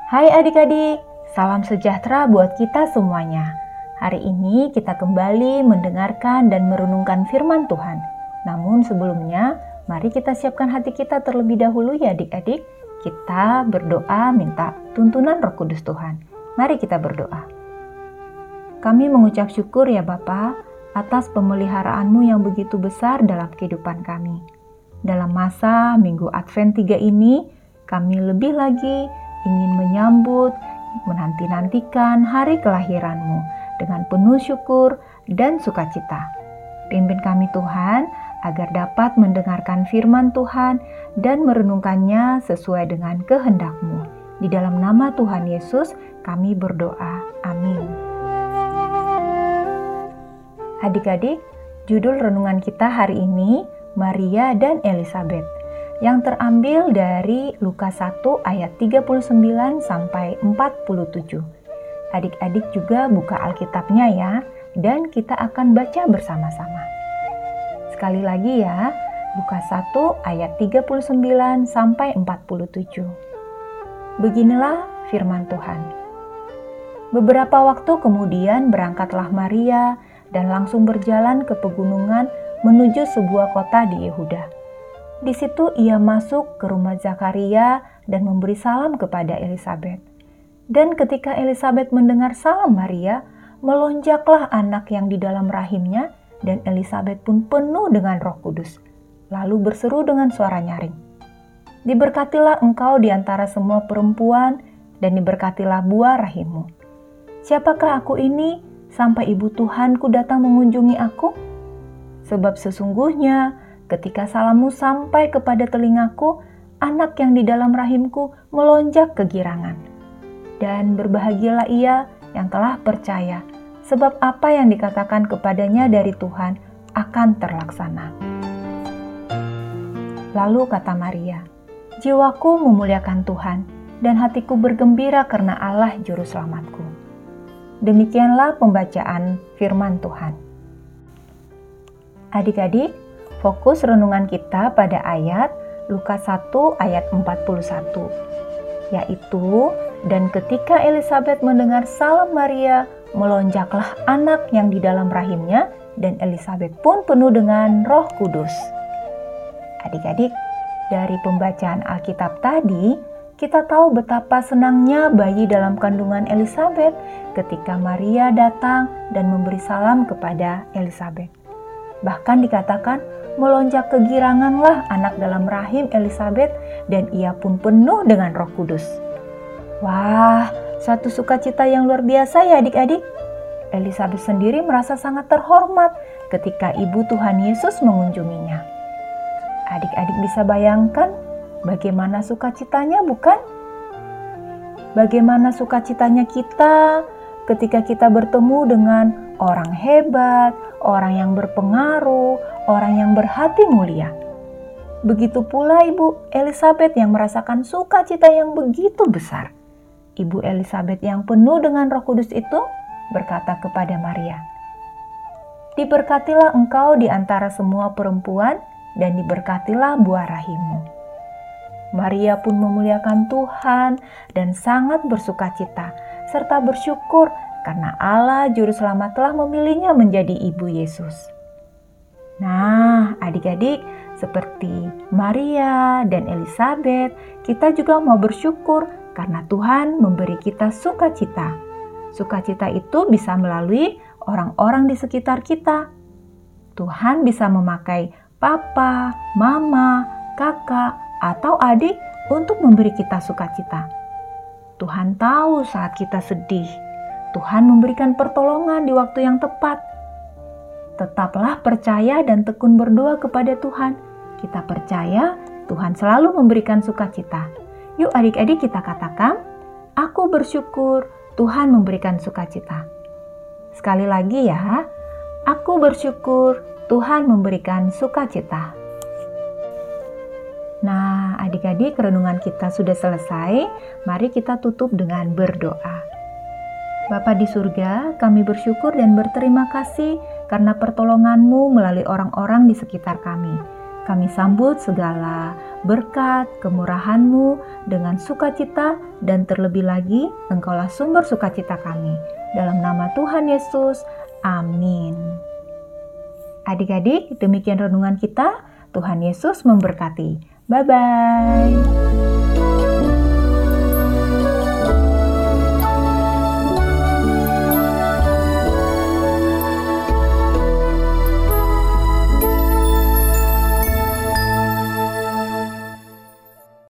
Hai adik-adik, salam sejahtera buat kita semuanya. Hari ini kita kembali mendengarkan dan merenungkan firman Tuhan. Namun sebelumnya, mari kita siapkan hati kita terlebih dahulu ya adik-adik. Kita berdoa minta tuntunan Roh Kudus Tuhan. Mari kita berdoa. Kami mengucap syukur ya Bapa atas pemeliharaanmu yang begitu besar dalam kehidupan kami. Dalam masa Minggu Advent 3 ini, kami lebih lagi ingin menyambut, menanti-nantikan hari kelahiran-Mu dengan penuh syukur dan sukacita. Pimpin kami Tuhan, agar dapat mendengarkan firman Tuhan dan merenungkannya sesuai dengan kehendak-Mu. Di dalam nama Tuhan Yesus, kami berdoa. Amin. Adik-adik, judul renungan kita hari ini, Maria dan Elizabeth, yang terambil dari Lukas 1 ayat 39 sampai 47. Adik-adik juga buka Alkitabnya ya, dan kita akan baca bersama-sama. Sekali lagi ya, Lukas 1 ayat 39 sampai 47. Beginilah firman Tuhan. Beberapa waktu kemudian berangkatlah Maria dan langsung berjalan ke pegunungan menuju sebuah kota di Yehuda. Di situ ia masuk ke rumah Zakaria dan memberi salam kepada Elizabeth. Dan ketika Elizabeth mendengar salam Maria, melonjaklah anak yang di dalam rahimnya, dan Elizabeth pun penuh dengan Roh Kudus. Lalu berseru dengan suara nyaring, "Diberkatilah engkau di antara semua perempuan, dan diberkatilah buah rahimmu. Siapakah aku ini sampai ibu Tuhanku datang mengunjungi aku? Sebab sesungguhnya ketika salammu sampai kepada telingaku, anak yang di dalam rahimku melonjak kegirangan. Dan berbahagialah ia yang telah percaya, sebab apa yang dikatakan kepadanya dari Tuhan akan terlaksana." Lalu kata Maria, "Jiwaku memuliakan Tuhan, dan hatiku bergembira karena Allah Juru Selamatku." Demikianlah pembacaan firman Tuhan. Adik-adik, fokus renungan kita pada ayat Lukas 1 ayat 41, yaitu, "Dan ketika Elizabeth mendengar salam Maria, melonjaklah anak yang di dalam rahimnya, dan Elizabeth pun penuh dengan Roh Kudus." Adik-adik, dari pembacaan Alkitab tadi, kita tahu betapa senangnya bayi dalam kandungan Elizabeth ketika Maria datang dan memberi salam kepada Elizabeth. Bahkan dikatakan, melonjak kegiranganlah anak dalam rahim Elizabeth, dan ia pun penuh dengan Roh Kudus. Wah, satu sukacita yang luar biasa ya adik-adik. Elizabeth sendiri merasa sangat terhormat ketika ibu Tuhan Yesus mengunjunginya. Adik-adik bisa bayangkan bagaimana sukacitanya, bukan? Bagaimana sukacitanya kita ketika kita bertemu dengan orang hebat, orang yang berpengaruh, orang yang berhati mulia. Begitu pula Ibu Elizabeth yang merasakan sukacita yang begitu besar. Ibu Elizabeth yang penuh dengan Roh Kudus itu berkata kepada Maria, "Diberkatilah engkau di antara semua perempuan, dan diberkatilah buah rahimmu." Maria pun memuliakan Tuhan dan sangat bersukacita serta bersyukur karena Allah Juru Selamat telah memilihnya menjadi ibu Yesus. Nah, adik-adik, seperti Maria dan Elizabeth, kita juga mau bersyukur karena Tuhan memberi kita sukacita. Sukacita itu bisa melalui orang-orang di sekitar kita. Tuhan bisa memakai papa, mama, kakak, atau adik untuk memberi kita sukacita. Tuhan tahu saat kita sedih. Tuhan memberikan pertolongan di waktu yang tepat. Tetaplah percaya dan tekun berdoa kepada Tuhan. Kita percaya Tuhan selalu memberikan sukacita. Yuk adik-adik kita katakan, "Aku bersyukur Tuhan memberikan sukacita." Sekali lagi ya, aku bersyukur Tuhan memberikan sukacita. Nah, adik-adik, renungan kita sudah selesai. Mari kita tutup dengan berdoa. Bapa di surga, kami bersyukur dan berterima kasih karena pertolongan-Mu melalui orang-orang di sekitar kami. Kami sambut segala berkat kemurahan-Mu dengan sukacita, dan terlebih lagi Engkaulah sumber sukacita kami. Dalam nama Tuhan Yesus, amin. Adik-adik, demikian renungan kita. Tuhan Yesus memberkati. Bye-bye.